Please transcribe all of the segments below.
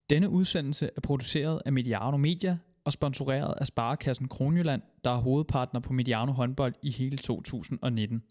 Denne udsendelse er produceret af Mediano Media og sponsoreret af Sparekassen Kronjylland, der er hovedpartner på Mediano håndbold i hele 2019.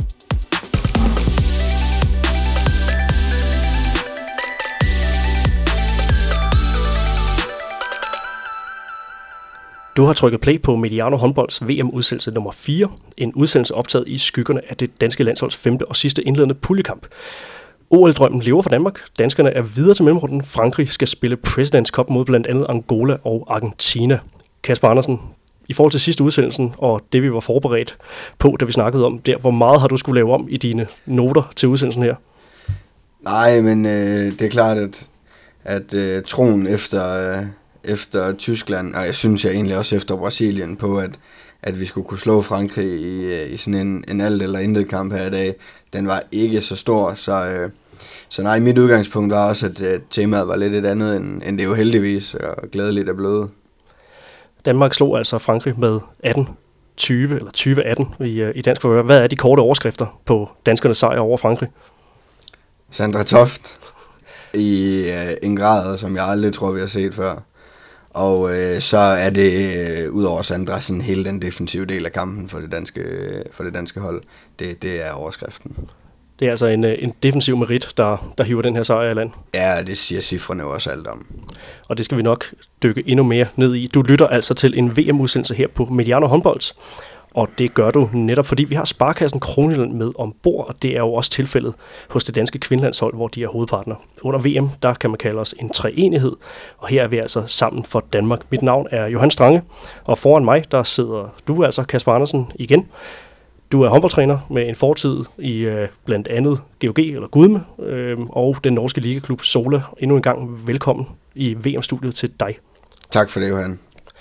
Du har trykket play på Mediano håndbolds VM-udsendelse nummer 4, en udsendelse optaget i skyggerne af det danske landsholds 5. og sidste indledende puljekamp. OL-drømmen lever for Danmark. Danskerne er videre til mellemrunden. Frankrig skal spille Presidents Cup mod blandt andet Angola og Argentina. Kasper Andersen, i forhold til sidste udsendelsen og det vi var forberedt på, da vi snakkede om der, hvor meget har du skulle lave om i dine noter til udsendelsen her? Nej, men det er klart, at troen efter Tyskland, og jeg synes egentlig også efter Brasilien, på at vi skulle kunne slå Frankrig i sådan en alt eller intet kamp her i dag, den var ikke så stor, så nej, mit udgangspunkt var også, at temaet var lidt et andet, end det jo heldigvis, og glædeligt er blevet. Danmark slog altså Frankrig med 18-20, eller 20-18 i dansk forhør. Hvad er de korte overskrifter på danskernes sejr over Frankrig? Sandra Toft i en grad, som jeg aldrig tror, vi har set før. Og så er det, udover Sandra, sådan hele den defensive del af kampen for det danske hold. Det er overskriften. Det er altså en defensiv merit, der hiver den her sejr i land. Ja, det siger cifrene også alt om. Og det skal vi nok dykke endnu mere ned i. Du lytter altså til en VM-udsendelse her på Mediano håndbolds. Og det gør du netop, fordi vi har Sparekassen Kronjylland med ombord, og det er jo også tilfældet hos det danske kvindelandshold, hvor de er hovedpartner. Under VM, der kan man kalde os en treenighed, og her er vi altså sammen for Danmark. Mit navn er Johan Strange, og foran mig, der sidder du altså, Kasper Andersen, igen. Du er håndboldtræner med en fortid i blandt andet GOG eller Gudme, og den norske ligaklub Sola. Endnu en gang velkommen i VM-studiet til dig. Tak for det, Johan.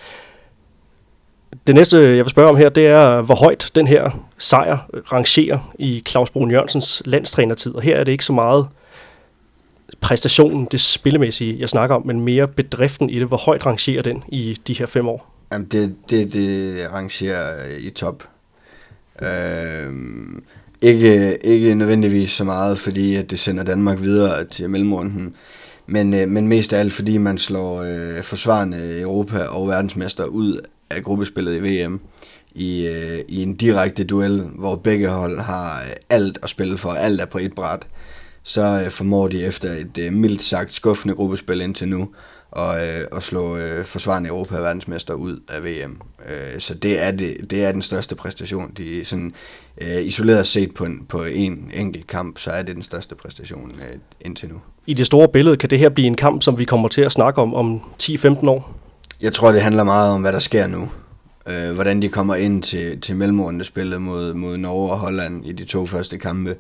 Det næste, jeg vil spørge om her, det er, hvor højt den her sejr rangerer i Claus Brun Jørgensens landstrænertid. Og her er det ikke så meget præstationen, det spillemæssige, jeg snakker om, men mere bedriften i det. Hvor højt rangerer den i de her 5 år? Jamen, det rangerer i top. Ikke nødvendigvis så meget, fordi at det sender Danmark videre til mellemrunden. Men mest af alt, fordi man slår forsvarende Europa og verdensmester ud af gruppespillet i VM i en direkte duel, hvor begge hold har alt at spille for, alt er på et bræt, så formår de efter et mildt sagt skuffende gruppespil indtil nu at slå forsvarende Europa og verdensmester ud af VM. Så det er den største præstation. De sådan isoleret set på en enkelt kamp, så er det den største præstation indtil nu. I det store billede, kan det her blive en kamp, som vi kommer til at snakke om 10-15 år? Jeg tror, det handler meget om, hvad der sker nu. Hvordan de kommer ind til mellemrundespillet mod Norge og Holland i de 2 første kampe.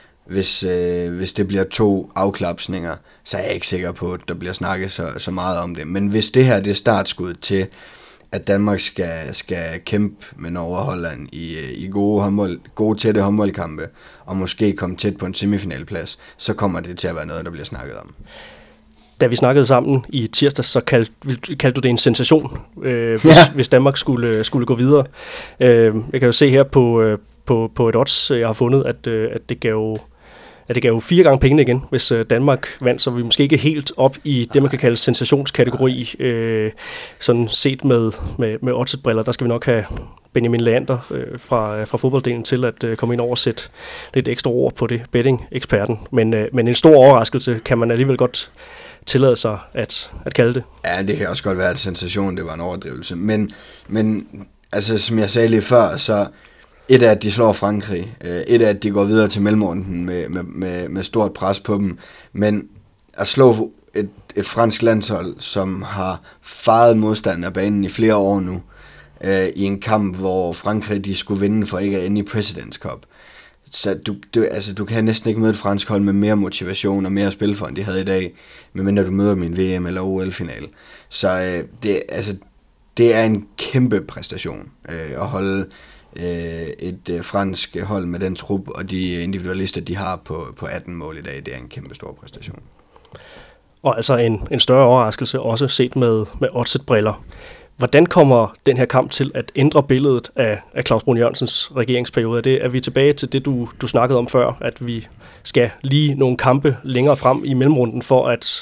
Hvis det bliver 2 afklapsninger, så er jeg ikke sikker på, at der bliver snakket så meget om det. Men hvis det her det er startskud til, at Danmark skal kæmpe med Norge og Holland i gode tætte håndboldkampe, og måske komme tæt på en semifinalplads, så kommer det til at være noget, der bliver snakket om. Da vi snakkede sammen i tirsdag, så kaldte du det en sensation, hvis Danmark skulle gå videre. Jeg kan jo se her på et odds, jeg har fundet, at det gav 4 gange pengene igen, hvis Danmark vandt, så vi måske ikke helt op i det, man kan kalde sensationskategori, sådan set med oddset-briller. Der skal vi nok have Benjamin Leander fra fodbolddelen til at komme ind over og sætte lidt ekstra ord på det, betting-eksperten. Men en stor overraskelse kan man alligevel godt tillade sig at kalde det. Ja, det kan også godt være, at sensation, det var en overdrivelse. Men altså, som jeg sagde lige før, så et af, at de slår Frankrig, et af, at de går videre til mellemrunden med stort pres på dem, men at slå et fransk landshold, som har faret modstand af banen i flere år nu, i en kamp, hvor Frankrig de skulle vinde for ikke at ende i Presidents Cup. Så du kan næsten ikke møde et fransk hold med mere motivation og mere spil for, end de havde i dag, medmindre du møder dem i en VM- eller OL-final. Så det er en kæmpe præstation at holde et fransk hold med den trup og de individualister, de har på 18 mål i dag. Det er en kæmpe stor præstation. Og altså en større overraskelse også set med oddset-briller. Hvordan kommer den her kamp til at ændre billedet af Claus Brun Jørgensens regeringsperiode? Er vi tilbage til det, du snakkede om før, at vi skal lige nogle kampe længere frem i mellemrunden for at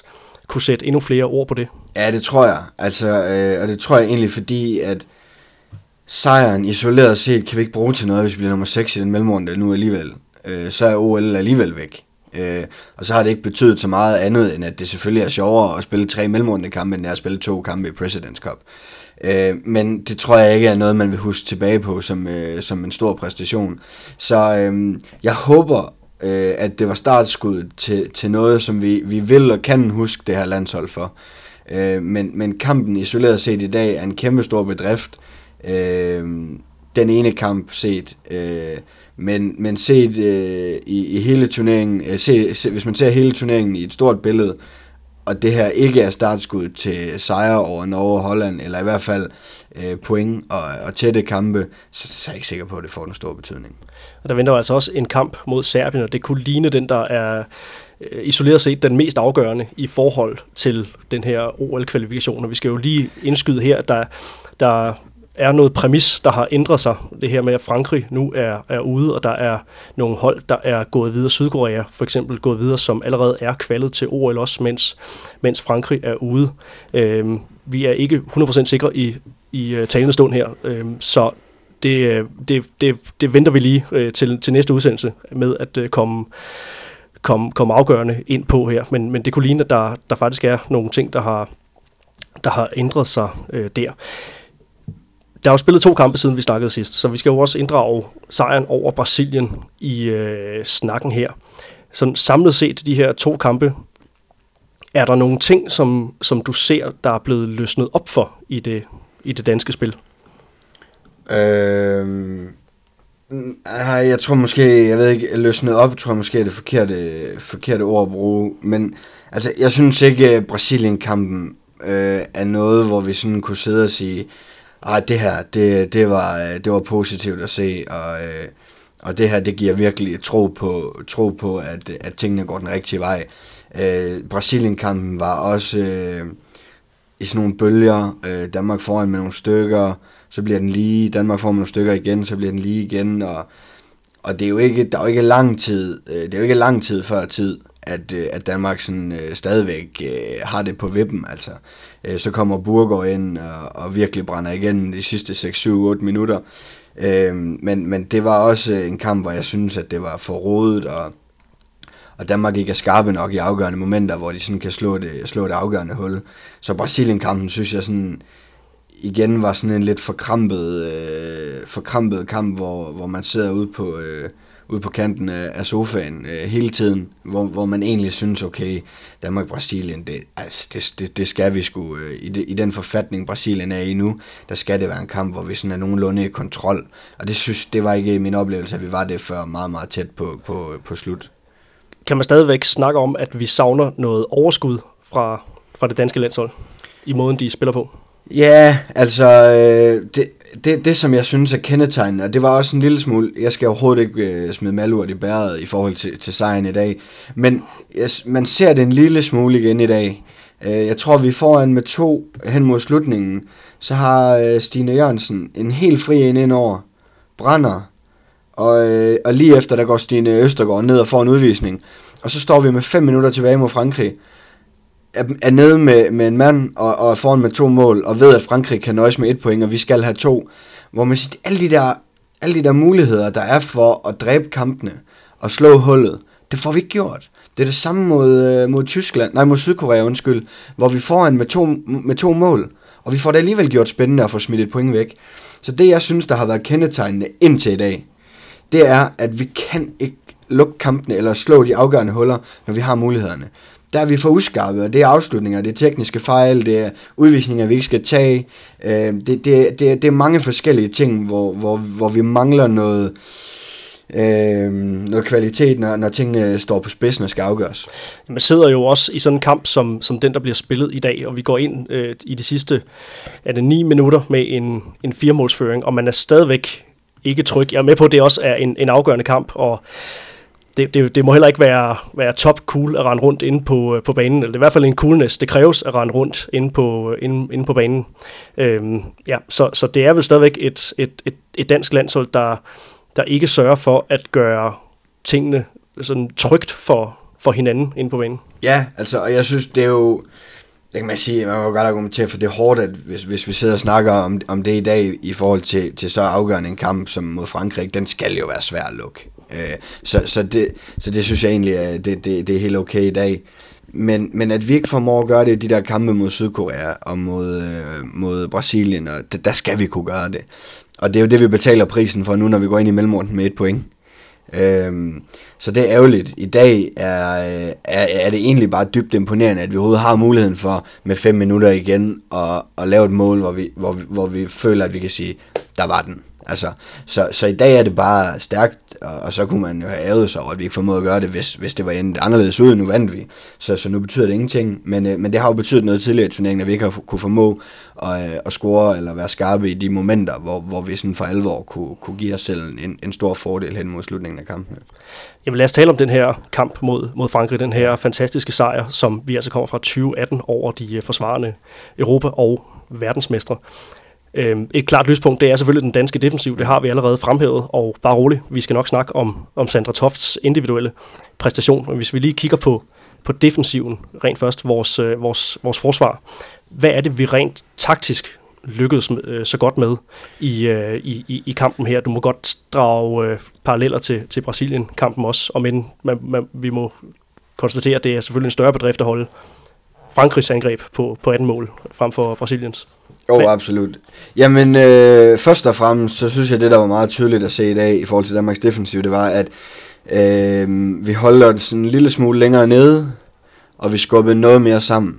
kunne sætte endnu flere ord på det. Ja, det tror jeg. Og det tror jeg egentlig, fordi at sejren isoleret set kan vi ikke bruge til noget, hvis vi bliver nummer 6 i den mellemrunde nu alligevel. Så er OL alligevel væk. Og så har det ikke betydet så meget andet, end at det selvfølgelig er sjovere at spille 3 mellemrundekampe, end at spille 2 kampe i Presidents Cup. Men det tror jeg ikke er noget, man vil huske tilbage på som en stor præstation. Så jeg håber, at det var startskuddet til noget, som vi vil og kan huske det her landshold for. Men kampen isoleret set i dag er en kæmpe stor bedrift. Den ene kamp set, men set i hele turneringen, hvis man ser hele turneringen i et stort billede, og det her ikke er startskud til sejre over Norge og Holland, eller i hvert fald point og tætte kampe, så er jeg ikke sikker på, at det får en stor betydning. Og der venter altså også en kamp mod Serbien, og det kunne ligne den, der er isoleret set den mest afgørende i forhold til den her OL-kvalifikation. Og vi skal jo lige indskyde her, der er noget præmis, der har ændret sig. Det her med, at Frankrig nu er ude, og der er nogle hold, der er gået videre. Sydkorea for eksempel gået videre, som allerede er kvalet til OL også, mens Frankrig er ude. Vi er ikke 100% sikre i talende stund her, så det venter vi lige til næste udsendelse med at komme afgørende ind på her. Men det kunne ligne, at der faktisk er nogle ting, der har ændret sig der. Der er jo spillet 2 kampe, siden vi snakkede sidst, så vi skal jo også inddrage sejren over Brasilien i snakken her. Så samlet set de her 2 kampe, er der nogle ting, som du ser, der er blevet løsnet op for i det danske spil? Jeg tror måske, jeg ved ikke, løsnet op, tror jeg måske er det forkerte ord at bruge, men altså, jeg synes ikke, at Brasilien-kampen er noget, hvor vi sådan kunne sidde og sige, det her, det var positivt at se, og det her, det giver virkelig tro på at tingene går den rigtige vej. Brasilien-kampen var også i sådan nogle bølger, Danmark foran med nogle stykker, så bliver den lige, Danmark får med nogle stykker igen, så bliver den lige igen, og det er jo ikke, der er jo ikke lang tid, det er jo ikke lang tid før tid, at Danmark sådan, stadigvæk har det på vippen, altså. Så kommer Burger ind og virkelig brænder igen de sidste 6, 7, 8 minutter. Men det var også en kamp, hvor jeg synes, at det var for rodet, og Danmark ikke er skarpe nok i afgørende momenter, hvor de sådan kan slå et afgørende hul. Så Brasilien-kampen, synes jeg sådan, igen var sådan en lidt forkrampet kamp, hvor man sidder ude på kanten af sofaen hele tiden, hvor man egentlig synes, okay, Danmark-Brasilien, det skal vi sgu, i den forfatning Brasilien er i nu, der skal det være en kamp, hvor vi sådan er nogenlunde i kontrol, og det var ikke min oplevelse, at vi var det før meget, meget tæt på slut. Kan man stadigvæk snakke om, at vi savner noget overskud fra det danske landshold, i måden de spiller på? Ja, altså, det som jeg synes er kendetegnende, og det var også en lille smule, jeg skal overhovedet ikke smide malurt i bæret i forhold til sejren i dag, men man ser det en lille smule igen i dag. Jeg tror, vi får en med 2 hen mod slutningen, så har Stine Jørgensen en helt fri ind over, brænder, og lige efter der går Stine Østergaard ned og får en udvisning, og så står vi med 5 minutter tilbage mod Frankrig, er nede med en mand og foran med 2 mål, og ved, at Frankrig kan nøjes med 1 point, og vi skal have 2. Hvor man siger, alle de der muligheder, der er for at dræbe kampene og slå hullet, det får vi ikke gjort. Det er det samme mod Sydkorea, hvor vi foran med 2 mål, og vi får det alligevel gjort spændende at få smidt et point væk. Så det, jeg synes, der har været kendetegnende indtil i dag, det er, at vi kan ikke lukke kampene eller slå de afgørende huller, når vi har mulighederne. Der er vi for uskarpe, og det er afslutninger, det er tekniske fejl, det er udvisninger, vi ikke skal tage. Det er mange forskellige ting, hvor vi mangler noget kvalitet, når tingene står på spidsen og skal afgøres. Man sidder jo også i sådan en kamp, som den, der bliver spillet i dag, og vi går ind i de sidste 9 minutter med en 4-målsføring, og man er stadigvæk ikke tryg. Jeg er med på, at det også er en afgørende kamp, og det må heller ikke være top cool at rende rundt inde på banen, eller det er i hvert fald en coolness. Det kræves at rende rundt inde på banen. Så det er vel stadigvæk et dansk landshold, der ikke sørger for at gøre tingene sådan trygt for for hinanden inde på banen. Ja, altså, og jeg synes, det er jo, det kan man sige, man kan jo godt argumentere for, det er hårdt, at hvis vi sidder og snakker om det i dag, i forhold til så afgørende en kamp som mod Frankrig, den skal jo være svær at lukke. Så det synes jeg egentlig, det er helt okay i dag. Men at vi ikke formår at gøre det i de der kampe mod Sydkorea og mod Brasilien, og der skal vi kunne gøre det. Og det er jo det, vi betaler prisen for nu, når vi går ind i mellemrunden med 1 point. Så det er ærgerligt. I dag er det egentlig bare dybt imponerende, at vi overhovedet har muligheden for med 5 minutter igen at lave et mål, hvor vi føler, at vi kan sige, der var den. Altså, så i dag er det bare stærkt, og så kunne man jo have ærget sig over, at vi ikke formåede at gøre det, hvis det var endt anderledes ud. Nu vandt vi, så nu betyder det ingenting. Men det har jo betydet noget tidligere i turneringen, at vi ikke har kunne formå at score eller være skarpe i de momenter, hvor vi sådan for alvor kunne give os selv en stor fordel hen mod slutningen af kampen. Jeg vil lade os tale om den her kamp mod Frankrig, den her fantastiske sejr, som vi altså kommer fra 2018 over de forsvarende Europa- og verdensmestre. Et klart lyspunkt, det er selvfølgelig den danske defensiv, det har vi allerede fremhævet, og bare roligt, vi skal nok snakke om Sandra Tofts individuelle præstation, men hvis vi lige kigger på defensiven, rent først, vores forsvar, hvad er det, vi rent taktisk lykkedes så godt med i kampen her? Du må godt drage paralleller til Brasilien-kampen også, men vi må konstatere, at det er selvfølgelig en større bedrift at holde Frankrigs angreb på 18 mål frem for Brasiliens. Absolut. Jamen, først og fremmest, så synes jeg, det der var meget tydeligt at se i dag i forhold til Danmarks defensiv, det var, at vi holder det sådan en lille smule længere nede, og vi skubbede noget mere sammen.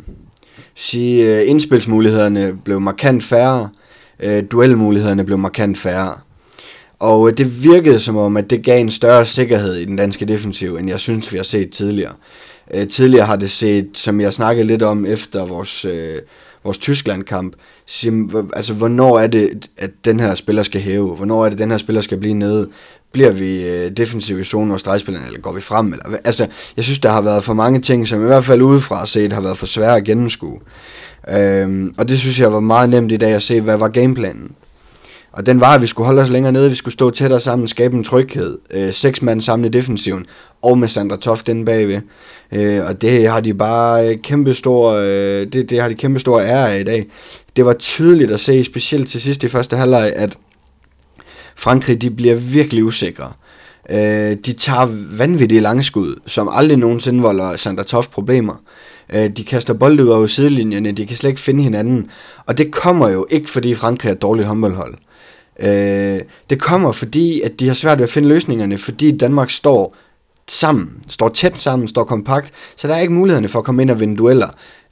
Indspilsmulighederne blev markant færre, duelmulighederne blev markant færre. Og det virkede som om, at det gav en større sikkerhed i den danske defensiv, end jeg synes, vi har set tidligere. Tidligere har det set, som jeg snakkede lidt om efter vores Tyskland-kamp, altså hvornår er det, at den her spiller skal hæve? Hvornår er det, den her spiller skal blive nede? Bliver vi defensiv i zonen og stregspillerne, eller går vi frem? Eller, altså, jeg synes, der har været for mange ting, som i hvert fald udefra set har været for svære at gennemskue. Og det synes jeg var meget nemt i dag at se, hvad var gameplanen. Og den var, at vi skulle holde os længere nede, vi skulle stå tættere sammen, skabe en tryghed. 6 mand sammen i defensiven, og med Sandra Toft inde bagved. Og det har de bare det har de kæmpe store ære af i dag. Det var tydeligt at se, specielt til sidst i første halvleg, at Frankrig, de bliver virkelig usikre. De tager vanvittige langskud, som aldrig nogensinde volder Sandra Toft problemer. De kaster bolde ud over sidelinjerne, de kan slet ikke finde hinanden. Og det kommer jo ikke, fordi Frankrig er et dårligt håndboldhold. Det kommer, fordi at de har svært ved at finde løsningerne, fordi Danmark står tæt sammen, står kompakt, så der er ikke mulighederne for at komme ind og vinde dueller.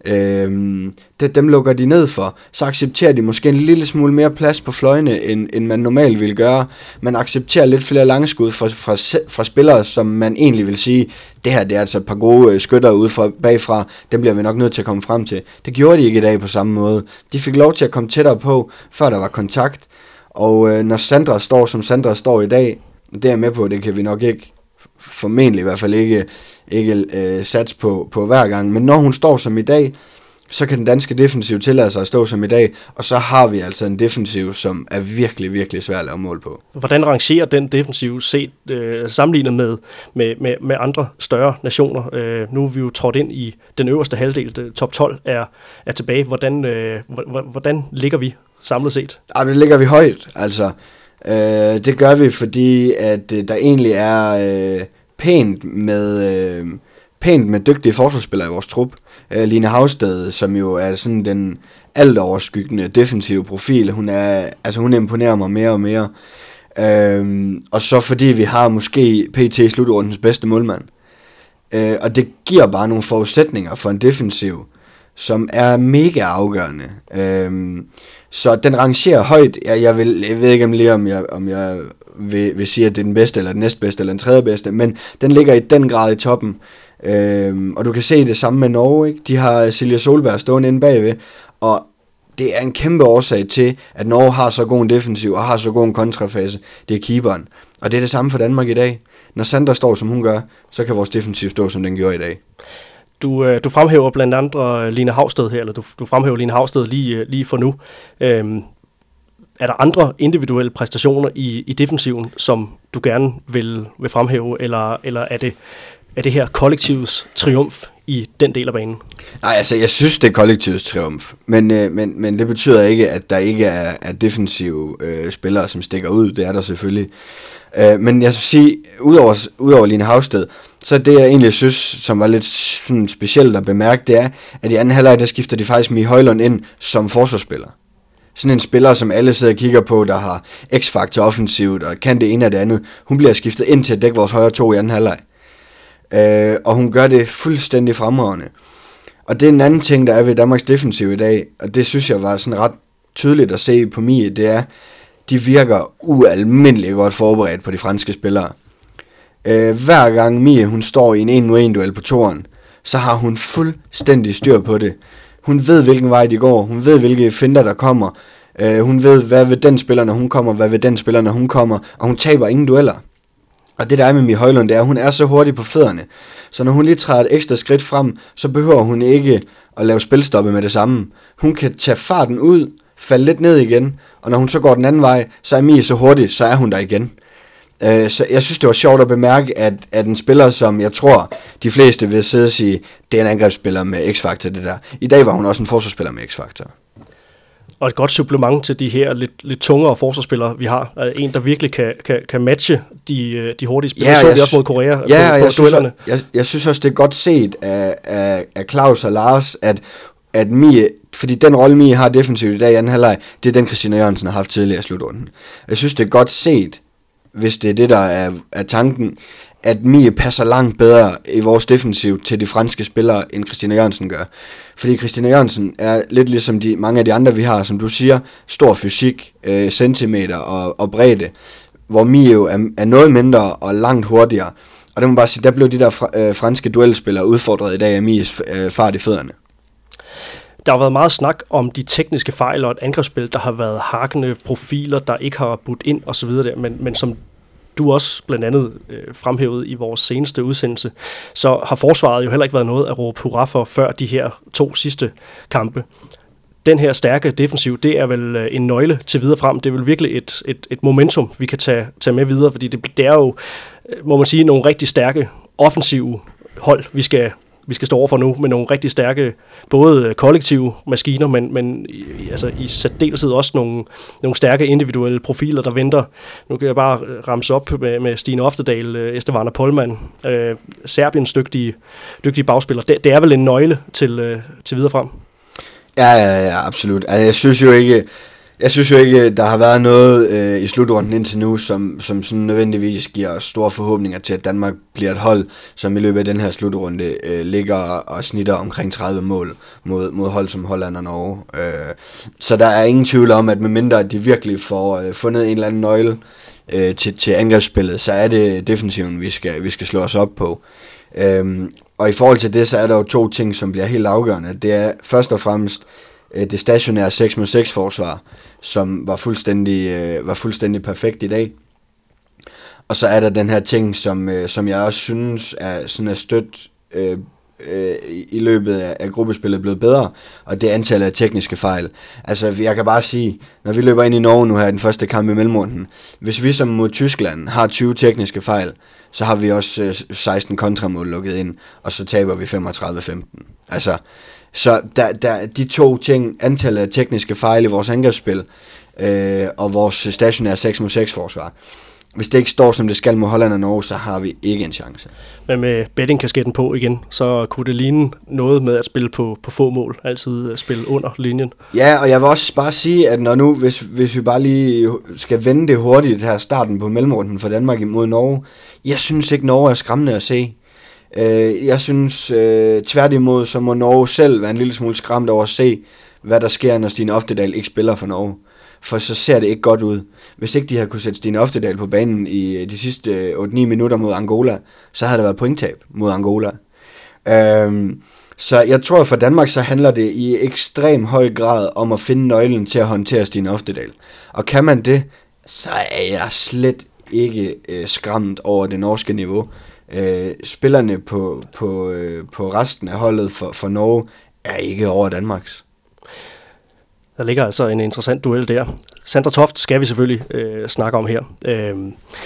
Dem lukker de ned for. Så accepterer de måske en lille smule mere plads på fløjene, end man normalt ville gøre. Man accepterer lidt flere langskud fra spillere, som man egentlig vil sige, det her det er altså et par gode skytter ude bagfra, dem bliver vi nok nødt til at komme frem til. Det gjorde de ikke i dag på samme måde. De fik lov til at komme tættere på, før der var kontakt. Og når Sandra står, som Sandra står i dag, det er med på, det kan vi nok ikke, formentlig i hvert fald ikke satse på hver gang. Men når hun står som i dag, så kan den danske defensiv tillade sig at stå som i dag, og så har vi altså en defensiv, som er virkelig, virkelig svær at lave mål på. Hvordan rangerer den defensiv set sammenlignet med andre større nationer? Nu er vi jo trådt ind i den øverste halvdel, top 12 er tilbage. Hvordan ligger vi samlet set? Ja, det ligger vi højt, altså. Det gør vi, fordi at der egentlig er pænt med dygtige forsvarsspillere i vores trup. Line Havsted, som jo er sådan den alt overskyggende defensive profil, hun imponerer mig mere og mere. Og så fordi vi har måske PT slutrundens bedste målmand. Og det giver bare nogle forudsætninger for en defensiv, som er mega afgørende. Så den rangerer højt. Jeg ved ikke om jeg vil sige, at det er den bedste, eller den næstbedste, eller den tredje bedste, men den ligger i den grad i toppen. Og du kan se det samme med Norge, ikke? De har Silja Solberg stående inde bagved, og det er en kæmpe årsag til, at Norge har så god en defensiv, og har så god en kontrafase. Det er keeperen. Og det er det samme for Danmark i dag. Når Sandra står, som hun gør, så kan vores defensiv stå, som den gjorde i dag. Du fremhæver blandt andre Line Havsted her, eller du fremhæver Line Havsted lige for nu. Er der andre individuelle præstationer i defensiven, som du gerne vil fremhæve, eller er det er det her kollektivets triumf i den del af banen? Nej, altså jeg synes, det er kollektivets triumf, men det betyder ikke, at der ikke er defensive spillere, som stikker ud. Det er der selvfølgelig. Men jeg skal sige, udover Line Havsted, så det jeg egentlig synes, som var lidt sådan specielt at bemærke, det er, at i anden halvleg, der skifter de faktisk Mie Højlund ind som forsvarsspiller. Sådan en spiller, som alle sidder og kigger på, der har x-faktor offensivt og kan det ene og det andet. Hun bliver skiftet ind til at dække vores højre to i anden halvleg. Og hun gør det fuldstændig fremragende. Og det er en anden ting, der er ved Danmarks defensiv i dag, og det synes jeg var sådan ret tydeligt at se på Mie, det er, de virker ualmindeligt godt forberedt på de franske spillere. Hver gang Mie, hun står i en 1-1 duel på toren, så har hun fuldstændig styr på det. Hun ved, hvilken vej de går, hun ved, hvilke finder der kommer, hun ved, hvad ved den spiller, når hun kommer, hvad ved den spiller, når hun kommer, og hun taber ingen dueller. Og det der er med Mie Højlund, det er, at hun er så hurtig på fødderne, så når hun lige træder et ekstra skridt frem, så behøver hun ikke at lave spilstoppe med det samme. Hun kan tage farten ud, falde lidt ned igen, og når hun så går den anden vej, så er Mie så hurtig, så er hun der igen. Så jeg synes, det var sjovt at bemærke, at en spiller, som jeg tror, de fleste vil sidde og sige, det er en angrebsspiller med X-faktor, det der. I dag var hun også en forsvarsspiller med X-faktor. Og et godt supplement til de her lidt tungere forsvarsspillere, vi har. En, der virkelig kan matche de hurtige spillere. Så vi også mod Korea på duellerne. Jeg synes også, det er godt set af Claus og Lars, at Mie, fordi den rolle Mie har defensivt i dag i anden halvleg, det er den Christina Jørgensen har haft tidligere i slutrunden. Jeg synes, det er godt set, hvis det er det, der er tanken, at Mie passer langt bedre i vores defensiv til de franske spillere, end Christina Jørgensen gør. Fordi Christina Jørgensen er lidt ligesom mange af de andre, vi har, som du siger, stor fysik, centimeter og bredde, hvor Mie jo er noget mindre og langt hurtigere. Og det må man bare sige, der blev de der franske duelspillere udfordret i dag af Mies fart i fødderne. Der har været meget snak om de tekniske fejl og et angrebsspil, der har været hakkende profiler, der ikke har budt ind osv. Men som du også blandt andet fremhævet i vores seneste udsendelse, så har forsvaret jo heller ikke været noget at råbe hurra for før de her 2 sidste kampe. Den her stærke defensiv, det er vel en nøgle til videre frem. Det er vel virkelig et momentum, vi kan tage med videre, fordi det er jo, må man sige, nogle rigtig stærke offensive hold, vi skal stå overfor nu, med nogle rigtig stærke, både kollektive maskiner, men i særdeleshed også nogle stærke individuelle profiler, der venter. Nu kan jeg bare ramse op med Stine Oftedal, Estevana Polman, Serbiens dygtige bagspiller. Det er vel en nøgle til videre frem? Ja, absolut. Altså, jeg synes jo ikke, der har været noget i slutrunden indtil nu, som sådan nødvendigvis giver store forhåbninger til, at Danmark bliver et hold, som i løbet af den her slutrunde ligger og snitter omkring 30 mål mod hold som Holland og Norge. Så der er ingen tvivl om, at medmindre de virkelig får fundet en eller anden nøgle til angrebsspillet, så er det defensiven, vi skal slå os op på. Og i forhold til det, så er der jo 2 ting, som bliver helt afgørende. Det er først og fremmest det stationære 6-mod-6 forsvar, som var fuldstændig perfekt i dag. Og så er der den her ting, som jeg også synes er stødt i løbet af gruppespillet blevet bedre, og det er antallet af tekniske fejl. Altså, jeg kan bare sige, når vi løber ind i Norge nu her i den første kamp i mellemrunden, hvis vi som mod Tyskland har 20 tekniske fejl, så har vi også 16 kontramål lukket ind, og så taber vi 35-15. Altså, så der de 2 ting, antallet af tekniske fejl i vores angrebsspil, og vores stationære 6-mod-6 forsvar. Hvis det ikke står, som det skal mod Holland og Norge, så har vi ikke en chance. Men med bettingkasketten på igen, så kunne det ligne noget med at spille på få mål, altid spille under linjen. Ja, og jeg vil også bare sige, at når nu, hvis vi bare lige skal vende det hurtigt her starten på mellemrunden for Danmark imod Norge, jeg synes ikke, Norge er skræmmende at se. Jeg synes tværtimod, så må Norge selv være en lille smule skræmt over at se, hvad der sker, når Stine Oftedal ikke spiller for Norge. For så ser det ikke godt ud. Hvis ikke de havde kunne sætte Stine Oftedal på banen i de sidste 8-9 minutter mod Angola, så havde der været pointtab mod Angola. Så jeg tror, for Danmark så handler det i ekstrem høj grad om at finde nøglen til at håndtere Stine Oftedal. Og kan man det, så er jeg slet ikke skræmt over det norske niveau. Spillerne på resten af holdet for Norge er ikke over Danmarks. Der ligger altså en interessant duel der. Sandra Toft skal vi selvfølgelig snakke om her.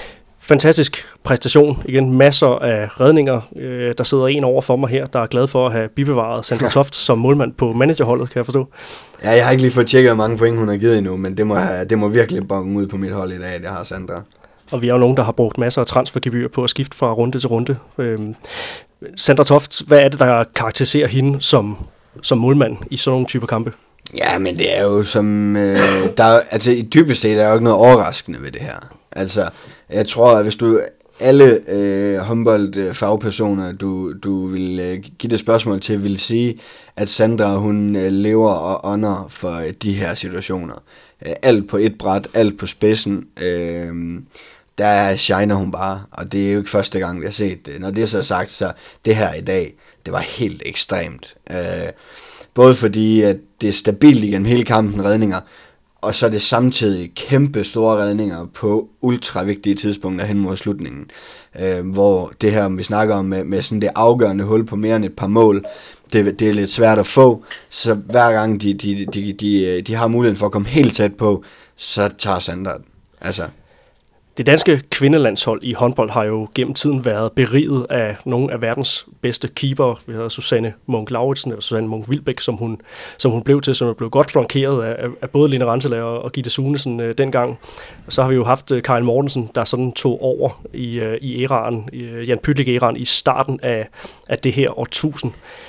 fantastisk præstation. Igen, masser af redninger. Der sidder en over for mig her, der er glad for at have bibevaret Sandra Toft som målmand på managerholdet, kan jeg forstå. Ja, jeg har ikke lige fået tjekket, hvor mange point hun har givet endnu, men det må virkelig bonge ud på mit hold i dag, det har Sandra. Og vi er jo nogen, der har brugt masser af transfergebyr på at skifte fra runde til runde. Sandra Toft, hvad er det, der karakteriserer hende som målmand i sådan nogle typer kampe? Ja, men det er jo som... altså i dybest set er der jo ikke noget overraskende ved det her. Altså, jeg tror, at hvis du... Alle håndboldfagpersoner, du vil give det spørgsmål til, vil sige, at Sandra, hun lever og ånder for de her situationer. Alt på et bræt, alt på spidsen. Der shiner hun bare, og det er jo ikke første gang, vi har set det. Når det er så sagt, så det her i dag, det var helt ekstremt. Både fordi, at det er stabilt igennem hele kampen redninger, og så er det samtidig kæmpe store redninger på ultra vigtige tidspunkter hen mod slutningen. Hvor det her, vi snakker om med sådan det afgørende hul på mere end et par mål, det er lidt svært at få. Så hver gang de har muligheden for at komme helt tæt på, så tager Sandra den. Altså... Det danske kvindelandshold i håndbold har jo gennem tiden været beriget af nogle af verdens bedste keepere. Vi havde Susanne Munk-Lauritsen, eller Susanne Munk-Vilbæk, som hun blev til, som blev godt flankeret af både Lene Rantala og Gitte Sunesen dengang. Så har vi jo haft Karin Mortensen, der sådan tog over i æraen, Jan Pytlik-æraen i starten af det her årtusind.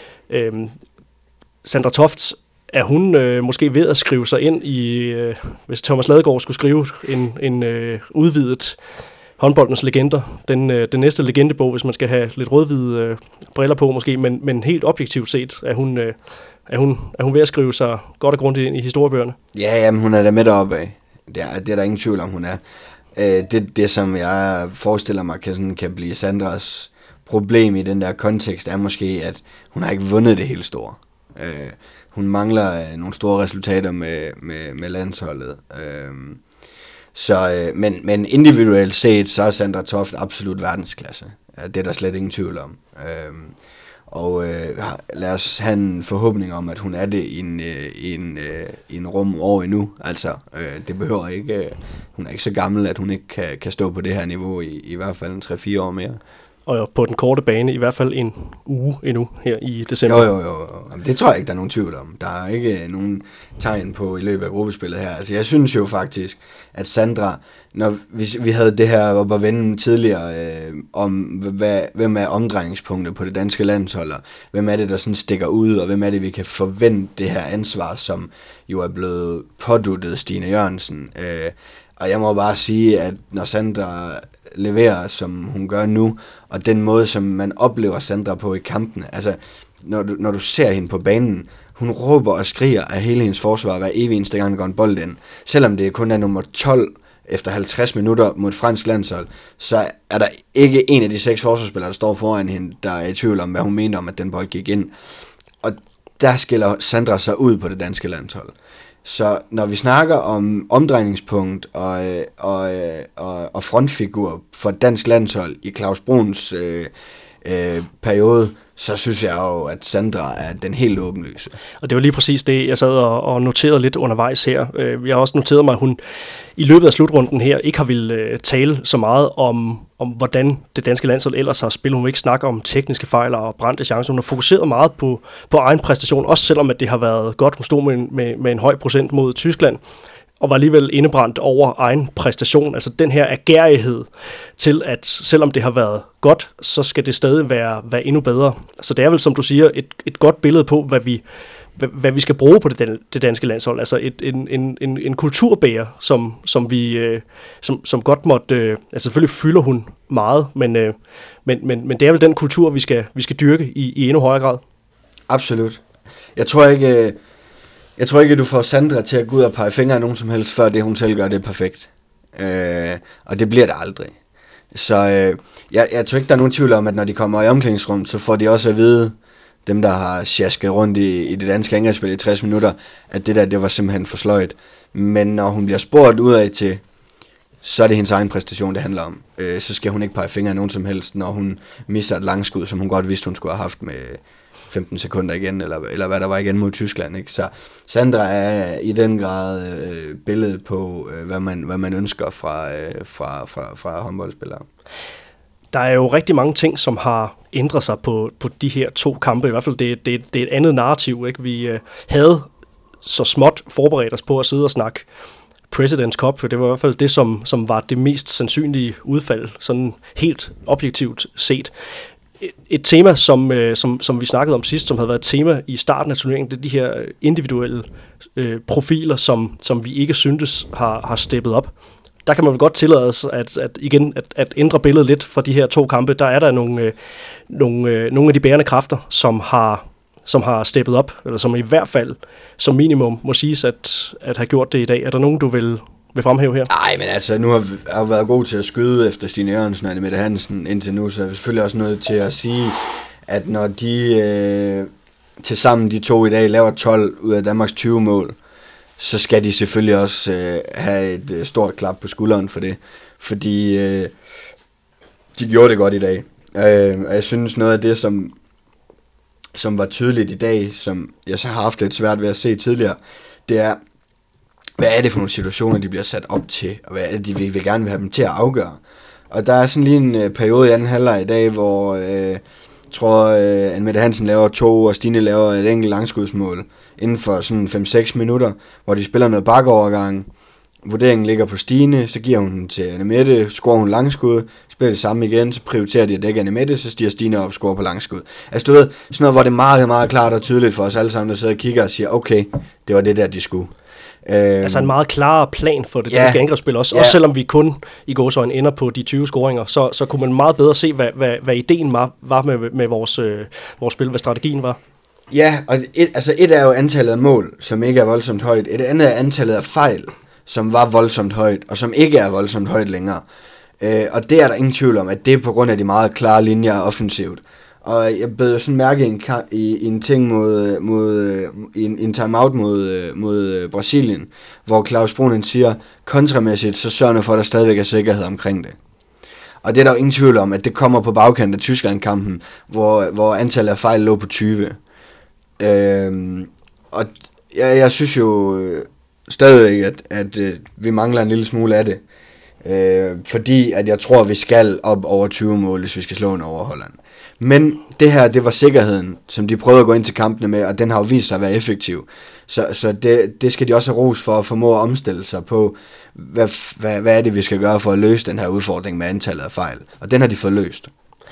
Sandra Toft, er hun måske ved at skrive sig ind i, hvis Thomas Ladegaard skulle skrive en udvidet håndboldens legender, den næste legendebog, hvis man skal have lidt rødhvide briller på måske, men helt objektivt set, er hun ved at skrive sig godt og grundigt ind i historiebøgerne? Ja, jamen, hun er da med deroppe af. Det er der ingen tvivl om, hun er. Det som jeg forestiller mig kan blive Sandras problem i den der kontekst, er måske, at hun har ikke vundet det helt store. Hun mangler nogle store resultater med landsholdet. Men individuelt set, så er Sandra Toft absolut verdensklasse. Det er der slet ingen tvivl om. Lad os have en forhåbning om, at hun er det i en rum år endnu. Altså, det behøver ikke... Hun er ikke så gammel, at hun ikke kan stå på det her niveau i hvert fald 3-4 år mere. Og på den korte bane i hvert fald en uge endnu her i december. Jo. Det tror jeg ikke, der er nogen tvivl om. Der er ikke nogen tegn på i løbet af gruppespillet her. Altså, jeg synes jo faktisk, at Sandra, når vi havde det her op at vende tidligere, om hvem er omdrejningspunkter på det danske landshold, hvem er det, der sådan stikker ud, og hvem er det, vi kan forvente det her ansvar, som jo er blevet påduttet Stine Jørgensen. Og jeg må bare sige, at når Sandra leverer, som hun gør nu, og den måde, som man oplever Sandra på i kampene, altså, når du ser hende på banen, hun råber og skriger af hele hendes forsvar hver evig eneste gang, der går en bold ind. Selvom det kun er nummer 12 efter 50 minutter mod et fransk landshold, så er der ikke en af de 6 forsvarsspillere, der står foran hende, der er i tvivl om, hvad hun mener om, at den bold gik ind. Og der skiller Sandra sig ud på det danske landshold. Så når vi snakker om omdrejningspunkt og frontfigur for dansk landshold i Claus Bruns periode, så synes jeg jo, at Sandra er den helt åbenlyse. Og det var lige præcis det, jeg sad og noterede lidt undervejs her. Jeg har også noteret mig, at hun i løbet af slutrunden her ikke har ville tale så meget om hvordan det danske landshold ellers har spillet. Hun vil ikke snakke om tekniske fejl og brændte chancer. Hun har fokuseret meget på egen præstation, også selvom at det har været godt. Hun stod med en høj procent mod Tyskland, og var alligevel indebrændt over egen præstation. Altså den her agerighed til, at selvom det har været godt, så skal det stadig være endnu bedre. Så det er vel, som du siger, et godt billede på, hvad vi skal bruge på det danske landshold. Altså en kulturbærer, som godt måtte... altså selvfølgelig fylder hun meget, men det er vel den kultur, vi skal dyrke i endnu højere grad. Absolut. Jeg tror ikke, at du får Sandra til at gå ud og pege fingre af nogen som helst, før det, hun selv gør, det er perfekt. Og det bliver det aldrig. Så jeg tror ikke, der er nogen tvivl om, at når de kommer i omklædningsrum, så får de også at vide, dem der har sjasket rundt i det danske angrebsspil i 60 minutter, at det var simpelthen for sløjt. Men når hun bliver spurgt udad til, så er det hendes egen præstation, det handler om. Så skal hun ikke pege fingre af nogen som helst, når hun misser et langskud, som hun godt vidste, hun skulle have haft 15 sekunder igen, eller hvad der var igen mod Tyskland, ikke? Så Sandra er i den grad billedet på, hvad man ønsker fra håndboldspillere. Der er jo rigtig mange ting, som har ændret sig på de her 2 kampe. I hvert fald det er et andet narrativ, ikke? Vi havde så småt forberedt os på at sidde og snakke President's Cup. Det var i hvert fald det, som var det mest sandsynlige udfald, sådan helt objektivt set. Et tema, som vi snakkede om sidst, som havde været et tema i starten af turneringen, det er de her individuelle profiler, som vi ikke syntes har steppet op. Der kan man vel godt tillade os at ændre billedet lidt fra de her 2 kampe. Der er der nogle af de bærende kræfter, som har steppet op, eller som i hvert fald som minimum må siges at have gjort det i dag. Er der nogen, du vil fremhæve her? Nej, men altså, nu har jeg været god til at skyde efter Stine Jørgensen og Annemette Hansen indtil nu, så er vi selvfølgelig også nødt til at sige, at når de til sammen de 2 i dag laver 12 ud af Danmarks 20 mål, så skal de selvfølgelig også have et stort klap på skulderen for det, fordi de gjorde det godt i dag. Og jeg synes noget af det, som var tydeligt i dag, som jeg så har haft lidt svært ved at se tidligere, det er, hvad er det for nogle situationer, de bliver sat op til, og hvad er det, de vil gerne vil have dem til at afgøre. Og der er sådan lige en periode i anden halvleg i dag, hvor jeg tror, Annemette Hansen laver 2, og Stine laver et enkelt langskudsmål inden for sådan 5-6 minutter, hvor de spiller noget bakovergang. Vurderingen ligger på Stine, så giver hun til Annemette, scorer hun langskud, spiller det samme igen, så prioriterer de at dække Annemette, så stiger Stine op og scorer på langskud. Altså du ved, sådan noget, hvor det er meget, meget klart og tydeligt for os alle sammen, der sidder og kigger og siger, okay, det var det der, de skulle. Altså en meget klarere plan for det danske angrebsspil også. Ja. Også selvom vi kun i gåseøjne ender på de 20 scoringer, så kunne man meget bedre se, hvad ideen var med vores spil, hvad strategien var. Ja, og et er jo antallet af mål, som ikke er voldsomt højt. Et andet er antallet af fejl, som var voldsomt højt, og som ikke er voldsomt højt længere. Og det er der ingen tvivl om, at det er på grund af de meget klare linjer offensivt. Og jeg blev sådan mærke i en ting en timeout mod Brasilien, hvor Claus Brun siger, kontramæssigt, så sørger for, at der stadigvæk er sikkerhed omkring det. Og det er der jo ingen tvivl om, at det kommer på bagkant af Tyskland-kampen, hvor antallet af fejl lå på 20. Og jeg synes jo stadigvæk, at vi mangler en lille smule af det. Fordi at jeg tror, at vi skal op over 20 mål, hvis vi skal slå en over Holland. Men det her, det var sikkerheden, som de prøvede at gå ind til kampene med, og den har jo vist sig at være effektiv. Så det skal de også have ros for at formå at omstille sig på, hvad er det, vi skal gøre for at løse den her udfordring med antallet af fejl. Og den har de fået løst.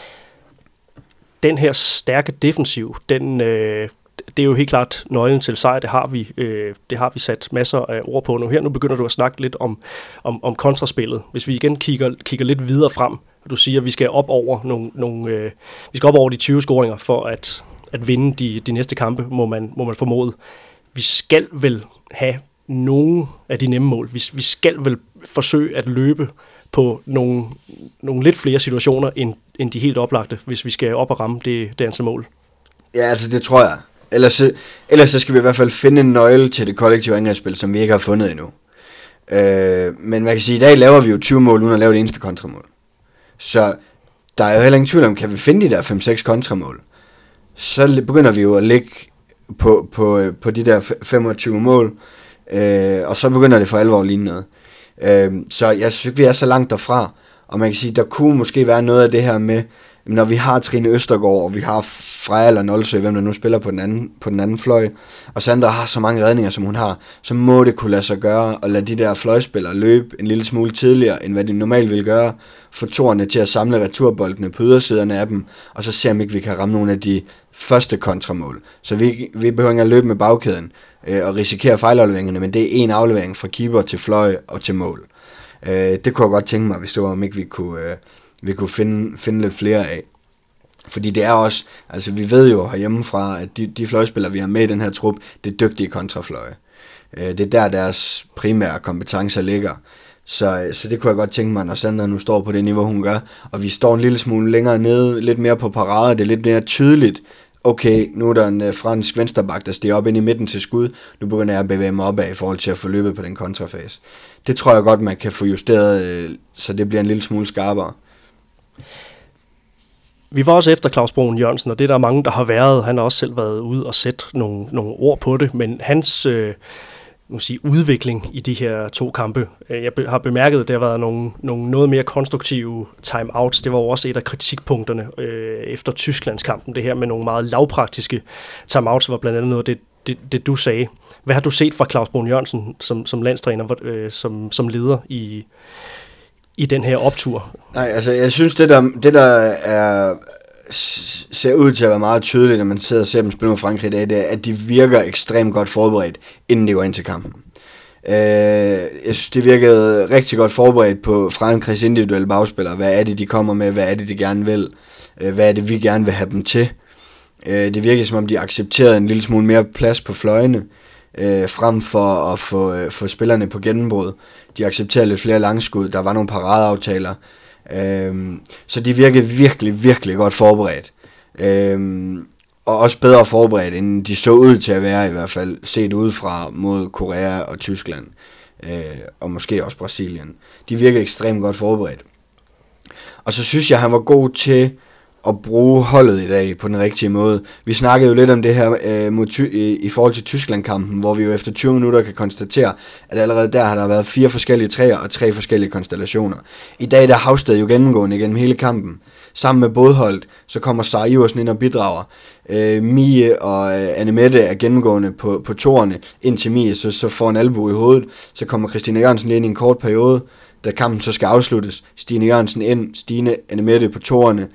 Den her stærke defensiv, det er jo helt klart nøglen til sejr, det har vi sat masser af ord på nu. Her nu begynder du at snakke lidt om kontraspillet. Hvis vi igen kigger lidt videre frem, og du siger, at vi skal op over vi skal op over de 20 scoringer for at vinde de næste kampe, må man formode. Vi skal vel have nogle af de nemme mål. Vi skal vel forsøge at løbe på nogle lidt flere situationer end de helt oplagte, hvis vi skal op og ramme det antal mål. Ja, altså det tror jeg. Ellers så skal vi i hvert fald finde en nøgle til det kollektive angrebsspil, som vi ikke har fundet endnu. Men man kan sige, at i dag laver vi jo 20 mål, uden at lave det eneste kontramål. Så der er jo heller ingen tvivl om, kan vi finde de der 5-6 kontramål, så begynder vi jo at ligge på de der 25 mål, og så begynder det for alvor at ligne noget. Så jeg synes, vi er så langt derfra, og man kan sige, der kunne måske være noget af det her med, når vi har Trine Østergaard, og vi har Freja eller Nolsø, hvem der nu spiller på den anden fløj, og Sandra har så mange redninger, som hun har, så må det kunne lade sig gøre at lade de der fløjspillere løbe en lille smule tidligere, end hvad de normalt vil gøre, få toerne til at samle returboldene på ydersiderne af dem, og så se om ikke vi kan ramme nogle af de første kontramål. Så vi behøver ikke at løbe med bagkæden og risikere fejlafleveringerne, men det er en aflevering fra keeper til fløj og til mål. Det kunne jeg godt tænke mig, hvis det var, om ikke vi kunne finde lidt flere af. Fordi det er også, altså vi ved jo herhjemmefra, at de fløjspillere, vi har med i den her trup, det er dygtige kontrafløje. Det er der deres primære kompetencer ligger. Så det kunne jeg godt tænke mig, når Sandra nu står på det niveau, hun gør, og vi står en lille smule længere nede, lidt mere på parade, det er lidt mere tydeligt. Okay, nu er der en fransk vensterbak, der stiger op ind i midten til skud. Nu begynder jeg at bevæge mig opad i forhold til at få løbet på den kontrafase. Det tror jeg godt, man kan få justeret, så det bliver en lille smule skarpere. Vi var også efter Claus Broen Jørgensen, og det der er mange, der har været. Han har også selv været ude og sætte nogle ord på det, men hans udvikling i de her 2 kampe, jeg har bemærket, at der har været nogle noget mere konstruktive timeouts. Det var også et af kritikpunkterne efter Tysklandskampen, det her med nogle meget lavpraktiske timeouts, var blandt andet noget af det du sagde. Hvad har du set fra Claus Broen Jørgensen som landstræner, som leder i den her optur? Nej, altså jeg synes, det der ser ud til at være meget tydeligt, når man sidder og ser dem spille med Frankrig i dag, det er, at de virker ekstremt godt forberedt, inden de går ind til kampen. Jeg synes, de virkede rigtig godt forberedt på Frankrigs individuelle bagspillere. Hvad er det, de kommer med? Hvad er det, de gerne vil? Hvad er det, vi gerne vil have dem til? Det virker som om, de accepterede en lille smule mere plads på fløjene, frem for at få spillerne på gennembrud. De accepterede lidt flere langskud. Der var nogle paradeaftaler. Så de virkede virkelig, virkelig godt forberedt. Og også bedre forberedt, end de så ud til at være, i hvert fald set udefra mod Korea og Tyskland. Og måske også Brasilien. De virkede ekstremt godt forberedt. Og så synes jeg, han var god til at bruge holdet i dag på den rigtige måde. Vi snakkede jo lidt om det her i forhold til Tyskland-kampen, hvor vi jo efter 20 minutter kan konstatere, at allerede der har der været 4 forskellige træer og 3 forskellige konstellationer. I dag der Havsted jo gennemgående igennem hele kampen. Sammen med bådholdet, så kommer Sara Iversen ind og bidrager. Mie og Annemette er gennemgående på toerne. Indtil Mie så får en albue i hovedet. Så kommer Christina Jørgensen ind i en kort periode, da kampen så skal afsluttes. Stine Jørgensen ind, Stine Annemette på toerne.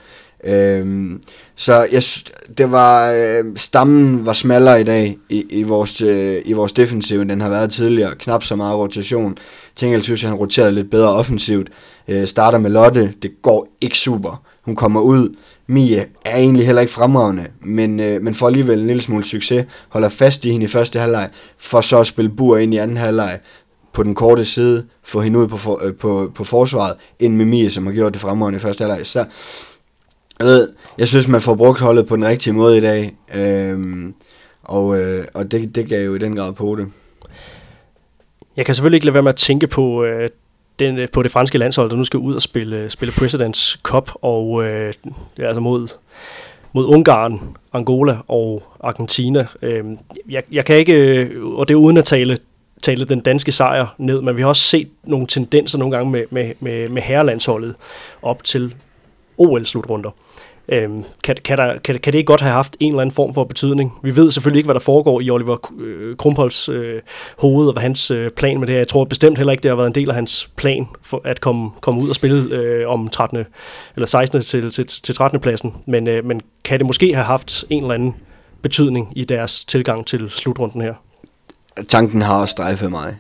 Så det var stammen var smallere i dag i vores defensiv, end den har været tidligere. Knap så meget rotation. Tænker, synes jeg, han roterede lidt bedre offensivt. Starter med Lotte. Det går ikke super. Hun kommer ud. Mie er egentlig heller ikke fremragende, men får alligevel en lille smule succes. Holder fast i hende i første halvleg, for så at spille Bur ind i anden halvleg på den korte side, få hende ud på forsvaret, ind med Mie, som har gjort det fremragende i første halvleg. Så jeg synes, man får brugt holdet på den rigtige måde i dag, og det gav jo i den grad på det. Jeg kan selvfølgelig ikke lade være med at tænke på det franske landshold, der nu skal ud og spille Presidents Cup, og det er altså mod Ungarn, Angola og Argentina. Jeg kan ikke, og det er uden at tale den danske sejr ned, men vi har også set nogle tendenser nogle gange med herrelandsholdet op til OL-slutrunder. Kan det ikke godt have haft en eller anden form for betydning? Vi ved selvfølgelig ikke, hvad der foregår i Oliver Krumpholz hoved, og hvad hans plan med det her. Jeg tror bestemt heller ikke, det har været en del af hans plan for at komme ud og spille om 13. eller 16. til 13. pladsen. Men kan det måske have haft en eller anden betydning i deres tilgang til slutrunden her? Tanken har også strejfet mig.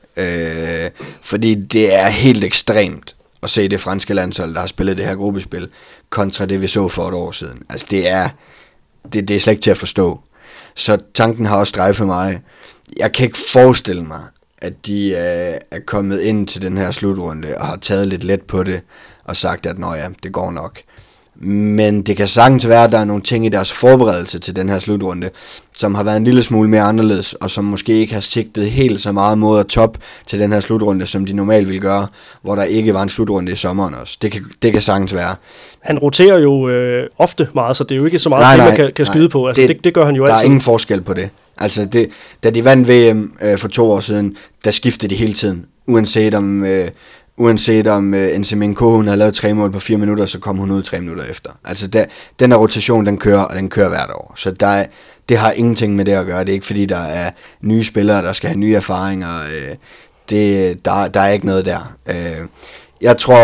Fordi det er helt ekstremt at se det franske landshold, der har spillet det her gruppespil, kontra det, vi så for et år siden. Altså, det er slet ikke til at forstå. Så tanken har også strejfet mig. Jeg kan ikke forestille mig, at de er kommet ind til den her slutrunde og har taget lidt let på det og sagt, at nå ja, det går nok. Men det kan sagtens være, at der er nogle ting i deres forberedelse til den her slutrunde, som har været en lille smule mere anderledes, og som måske ikke har sigtet helt så meget mod at top til den her slutrunde, som de normalt ville gøre, hvor der ikke var en slutrunde i sommeren også. Det kan sagtens være. Han roterer jo ofte meget, så det er jo ikke så meget, man kan skyde på. Altså, det gør han jo altid. Der er ingen forskel på det. Altså, da de vandt VM for 2 år siden, der skiftede de hele tiden, uanset om Nsemenko, hun havde lavet 3 mål på 4 minutter, så kom hun ud 3 minutter efter. Altså, den her rotation, den kører hvert år. Så det har ingenting med det at gøre. Det er ikke fordi, der er nye spillere, der skal have nye erfaringer. Der er ikke noget der. Jeg tror,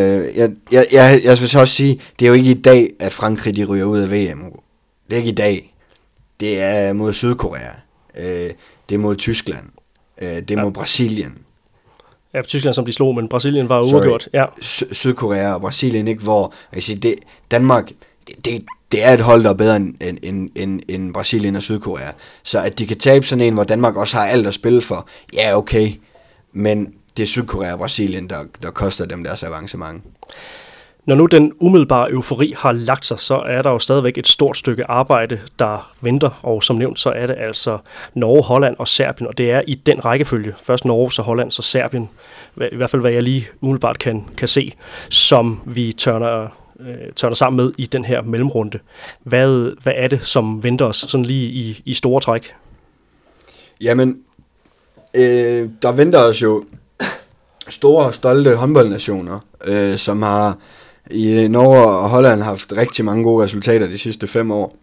jeg vil så også sige, det er jo ikke i dag, at Frankrig de ryger ud af VM. Det er ikke i dag. Det er mod Sydkorea. Det er mod Tyskland. Det er mod Brasilien. Ja, Tyskland, som de slog, men Brasilien var uafgjort. Ja. Sydkorea og Brasilien, ikke, hvor jeg siger, Danmark, det er et hold, der er bedre end Brasilien og Sydkorea. Så at de kan tabe sådan en, hvor Danmark også har alt at spille for, ja, okay. Men det er Sydkorea og Brasilien, der koster dem deres avancement. Når nu den umiddelbare eufori har lagt sig, så er der jo stadigvæk et stort stykke arbejde, der venter. Og som nævnt, så er det altså Norge, Holland og Serbien, og det er i den rækkefølge. Først Norge, så Holland, så Serbien. I hvert fald, hvad jeg lige umiddelbart kan se, som vi tørner tørner sammen med i den her mellemrunde. Hvad er det, som venter os sådan lige i store træk? Jamen, der venter os jo store, stolte håndboldnationer, som har i Norge og Holland haft rigtig mange gode resultater de sidste 5 år.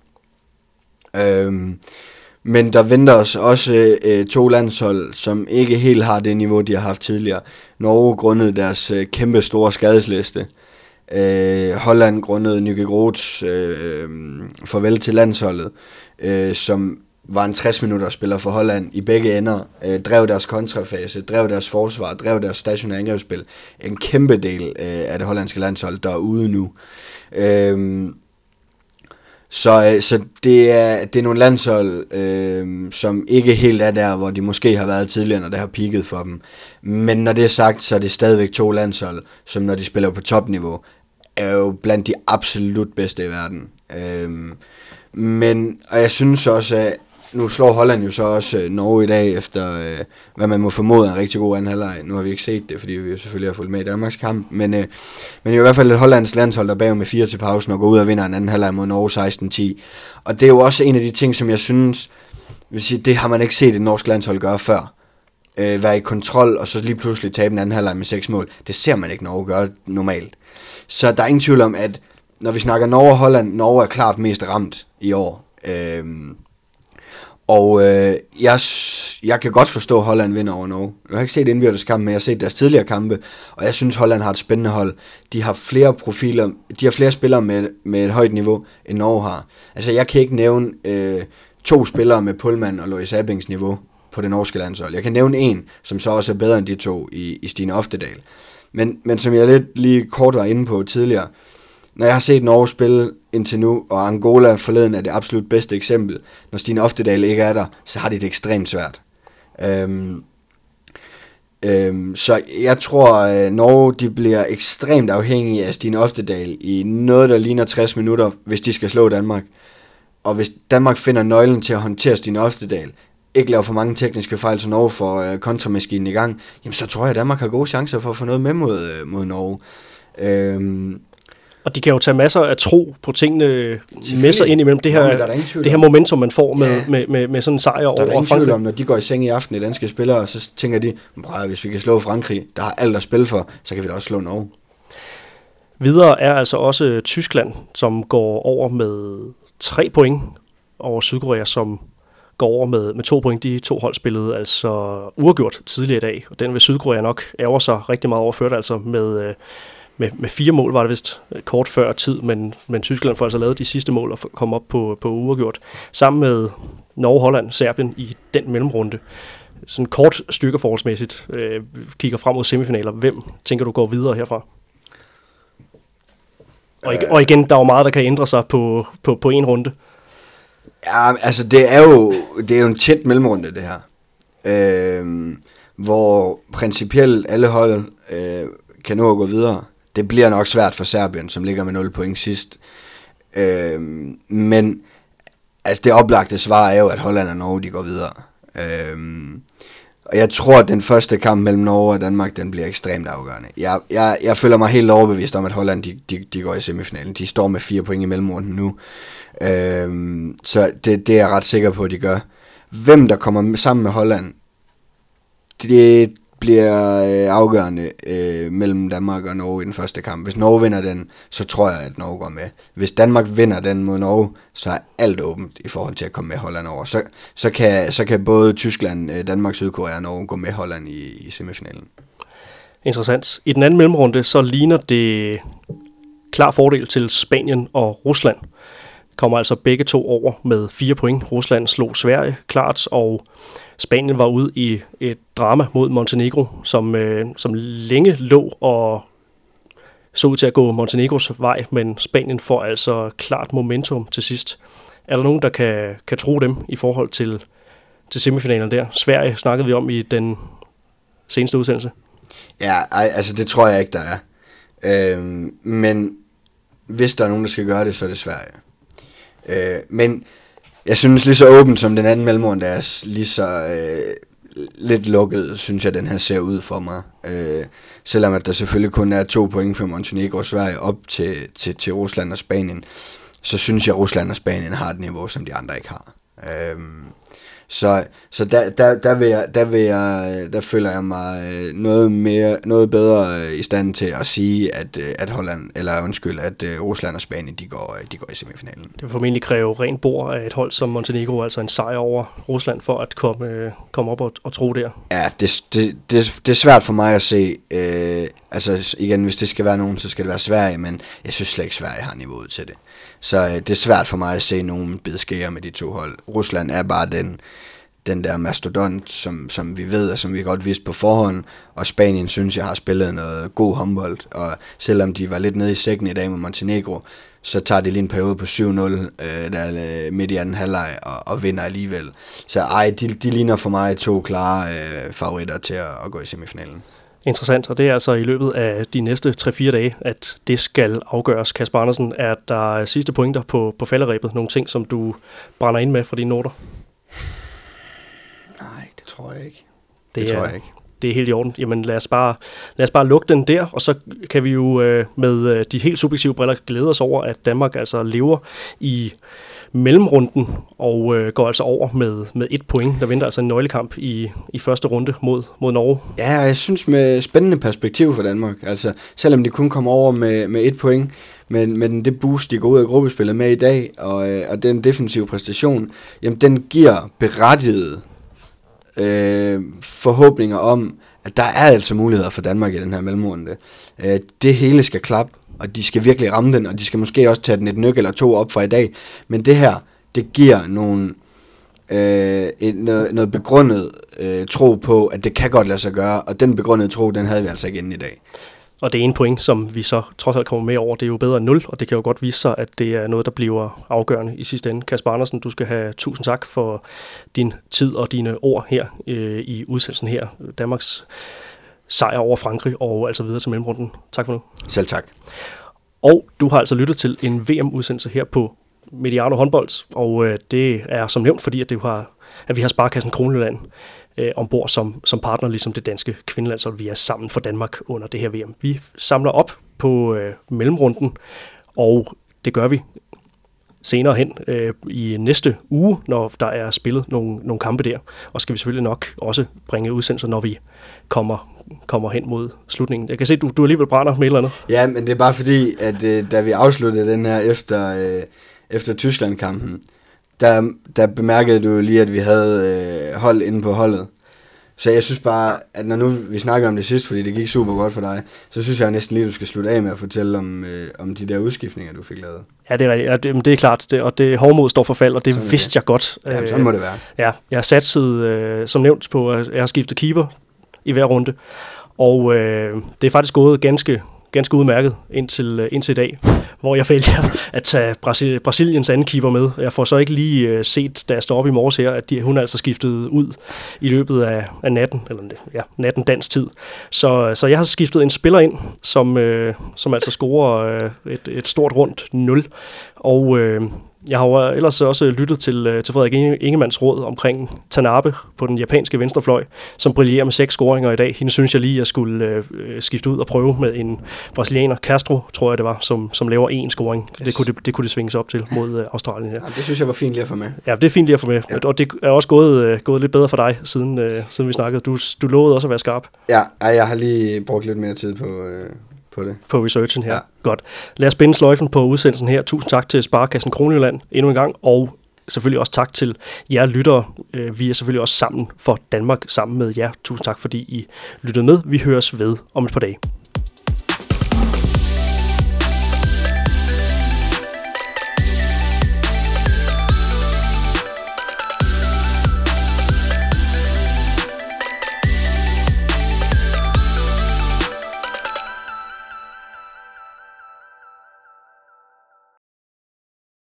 Men der venter os også 2 landshold, som ikke helt har det niveau, de har haft tidligere. Norge grundet deres kæmpe store skadesliste. Holland grundet Nyke Groths farvel til landsholdet, som var en 60-minutter spiller for Holland i begge ender, drev deres kontrafase, drev deres forsvar, drev deres stationære angrebsspil. En kæmpe del af det hollandske landshold, der er ude nu. Så det er nogle landshold, som ikke helt er der, hvor de måske har været tidligere, når det har peaket for dem. Men når det er sagt, så er det stadigvæk 2 landshold, som når de spiller på topniveau, er jo blandt de absolut bedste i verden. Og jeg synes også, at nu slår Holland jo så også Norge i dag, efter hvad man må formode en rigtig god anden halvleg. Nu har vi ikke set det, fordi vi selvfølgelig har fulgt med i Danmarks kamp. Men det er i hvert fald et hollandsk landshold, der bag med 4 til pausen og går ud og vinder en anden halvleg mod Norge 16-10. Og det er jo også en af de ting, som jeg synes, vil sige, det har man ikke set et norsk landshold gøre før. Være i kontrol, og så lige pludselig tabe en anden halvleg med 6 mål. Det ser man ikke Norge gøre normalt. Så der er ingen tvivl om, at når vi snakker Norge og Holland, Norge er klart mest ramt i år. Jeg kan godt forstå, at Holland vinder over Norge. Jeg har ikke set indbyrdes kamp, men jeg har set deres tidligere kampe, og jeg synes, Holland har et spændende hold. De har flere profiler, de har flere spillere med et højt niveau, end Norge har. Altså, jeg kan ikke nævne 2 spillere med Pullman og Lois Abings niveau på det norske landshold. Jeg kan nævne en, som så også er bedre end de 2 i Stine Oftedal. Men som jeg lidt lige kort var inde på tidligere, når jeg har set Norge spille indtil nu, og Angola forleden er det absolut bedste eksempel, når Stine Oftedal ikke er der, så har de det ekstremt svært. Så jeg tror, at Norge de bliver ekstremt afhængige af Stine Oftedal i noget, der ligner 60 minutter, hvis de skal slå Danmark. Og hvis Danmark finder nøglen til at håndtere Stine Oftedal, ikke laver for mange tekniske fejl, så Norge får kontramaskinen i gang, jamen så tror jeg, at Danmark har gode chancer for at få noget med mod Norge. Og de kan jo tage masser af tro på tingene med sig ind imellem det her momentum, man får med sådan en sejr over Frankrig. Der er ingen tvivl om, når de går i seng i aften, de danske spillere, så tænker de, hvis vi kan slå Frankrig, der har alt at spille for, så kan vi da også slå Norge. Videre er altså også Tyskland, som går over med 3 point over Sydkorea, som går over med 2 point. De 2 hold spillede altså uafgjort tidligere i dag, og den vil Sydkorea nok ærger sig rigtig meget overført, altså med 4 mål var det vist kort før tid, men Tyskland får altså lavet de sidste mål og komme op på uafgjort. Sammen med Norge, Holland, Serbien i den mellemrunde. Sådan kort styrkeforholdsmæssigt kigger frem mod semifinaler. Hvem tænker du går videre herfra? Og igen, der er jo meget, der kan ændre sig på en runde. Ja, altså det er jo en tæt mellemrunde, det her. Hvor principielt alle hold kan nå at gå videre. Det bliver nok svært for Serbien, som ligger med 0 point sidst. Men altså det oplagte svar er jo, at Holland og Norge de går videre. Og jeg tror, at den første kamp mellem Norge og Danmark, den bliver ekstremt afgørende. Jeg føler mig helt overbevist om, at Holland de går i semifinalen. De står med 4 point i mellemrunden nu. Så det er jeg ret sikker på, at de gør. Hvem der kommer sammen med Holland, det bliver afgørende mellem Danmark og Norge i den første kamp. Hvis Norge vinder den, så tror jeg, at Norge går med. Hvis Danmark vinder den mod Norge, så er alt åbent i forhold til at komme med Holland over. Så kan både Tyskland, Danmark, Sydkorea og Norge gå med Holland i semifinalen. Interessant. I den anden mellemrunde, så ligner det klar fordel til Spanien og Rusland. Kommer altså begge 2 over med 4 point. Rusland slog Sverige klart, og Spanien var ude i et drama mod Montenegro, som længe lå og så ud til at gå Montenegros vej, men Spanien får altså klart momentum til sidst. Er der nogen, der kan tro dem i forhold til semifinalen der? Sverige snakkede vi om i den seneste udsendelse. Ja, altså det tror jeg ikke, der er. Men hvis der er nogen, der skal gøre det, så er det Sverige. Men jeg synes lige så åbent som den anden mellemrunde er, lige så lidt lukket, synes jeg, den her ser ud for mig. Selvom at der selvfølgelig kun er 2 point for Montenegro og Sverige op til Rusland og Spanien, så synes jeg, at Rusland og Spanien har et niveau, som de andre ikke har. Så der føler jeg mig noget bedre i stand til at sige, at Rusland og Spanien de går i semifinalen. Det vil formentlig kræve rent bord af et hold som Montenegro, altså en sejr over Rusland for at komme op og tro der. Ja, det er svært for mig at se. Altså igen, hvis det skal være nogen, så skal det være Sverige, men jeg synes slet ikke, Sverige har niveauet til det. Så det er svært for mig at se nogen bidskære med de to hold. Rusland er bare den der mastodont, som vi ved, og som vi godt vidste på forhånd, og Spanien synes jeg har spillet noget god håndbold, og selvom de var lidt nede i sækken i dag med Montenegro, så tager de lige en periode på 7-0 der midt i anden halvleg og vinder alligevel. Så de ligner for mig 2 klare favoritter til at gå i semifinalen. Interessant, og det er altså i løbet af de næste 3-4 dage, at det skal afgøres. Kasper Andersen, er der sidste pointer på falderebet? Nogle ting, som du brænder ind med fra dine noter? Nej, det tror jeg ikke. Det tror jeg ikke. Det er helt i orden. Jamen lad os bare lukke den der, og så kan vi jo med de helt subjektive briller glæde os over, at Danmark altså lever i mellemrunden og går altså over med 1 point. Der venter altså en nøglekamp i første runde mod Norge. Ja, jeg synes med spændende perspektiv for Danmark. Altså selvom de kun kommer over med 1 point, men det boost, de går ud af gruppespillet med i dag, og den defensive præstation, jamen den giver berettiget forhåbninger om, at der er altså muligheder for Danmark i den her mellemrunde. Det hele skal klappe, og de skal virkelig ramme den, og de skal måske også tage den et nyk eller 2 op fra i dag. Men det her, det giver noget begrundet tro på, at det kan godt lade sig gøre, og den begrundede tro, den havde vi altså ikke inden i dag. Og det ene point, som vi så trods alt kommer med over, det er jo bedre end 0, og det kan jo godt vise sig, at det er noget, der bliver afgørende i sidste ende. Kasper Andersen, du skal have 1000 tak for din tid og dine ord her i udsendelsen her. Danmarks sejr over Frankrig og altså videre til mellemrunden. Tak for nu. Selv tak. Og du har altså lyttet til en VM-udsendelse her på Mediano Håndbold, og det er som nævnt, fordi at vi har Sparekassen Kronjylland ombord som partner, ligesom det danske kvindelandshold. Vi er sammen for Danmark under det her VM. Vi samler op på mellemrunden, og det gør vi senere hen i næste uge, når der er spillet nogle kampe der. Og skal vi selvfølgelig nok også bringe udsendelser, når vi kommer hen mod slutningen. Jeg kan se, du alligevel brænder med et eller andet. Ja, men det er bare fordi, at da vi afsluttede den her efter Tyskland-kampen, der bemærkede du lige, at vi havde hold inde på holdet. Så jeg synes bare, at når nu vi snakker om det sidst, fordi det gik super godt for dig, så synes jeg næsten lige, du skal slutte af med at fortælle om de der udskiftninger, du fik lavet. Ja, det er rigtigt. Ja, det er klart, og det hårdmod står for fald, og det sådan vidste jeg godt. Ja, sådan må det være. Ja, jeg har satset, som nævnt, på, at jeg har skiftet keeper i hver runde, og det er faktisk gået ganske udmærket indtil i dag, hvor jeg vælger at tage Brasiliens anden keeper med. Jeg får så ikke lige set, da jeg står op i morges her, at hun er altså skiftet ud i løbet af natten, eller natten dansk tid. Så jeg har skiftet en spiller ind, som altså scorer et stort rundt 0. Og jeg har jo ellers også lyttet til Frederik Ingemanns råd omkring Tanabe på den japanske venstrefløj, som brillerer med 6 scoringer i dag. Hende synes jeg lige, jeg skulle skifte ud og prøve med en brasilianer, Castro, tror jeg det var, som laver 1 scoring. Yes. Det kunne det svinge sig op til mod Australien her. Ja, det synes jeg var fint lige at få med. Ja, det er fint lige at få med. Ja. Og det er også gået lidt bedre for dig, siden vi snakkede. Du lovede også at være skarp. Ja, jeg har lige brugt lidt mere tid på det. På researchen her. Ja. Godt. Lad os binde sløjfen på udsendelsen her. Tusind tak til Sparekassen Kronjylland endnu en gang, og selvfølgelig også tak til jer lyttere. Vi er selvfølgelig også sammen for Danmark, sammen med jer. Tusind tak, fordi I lyttede med. Vi høres ved om et par dage.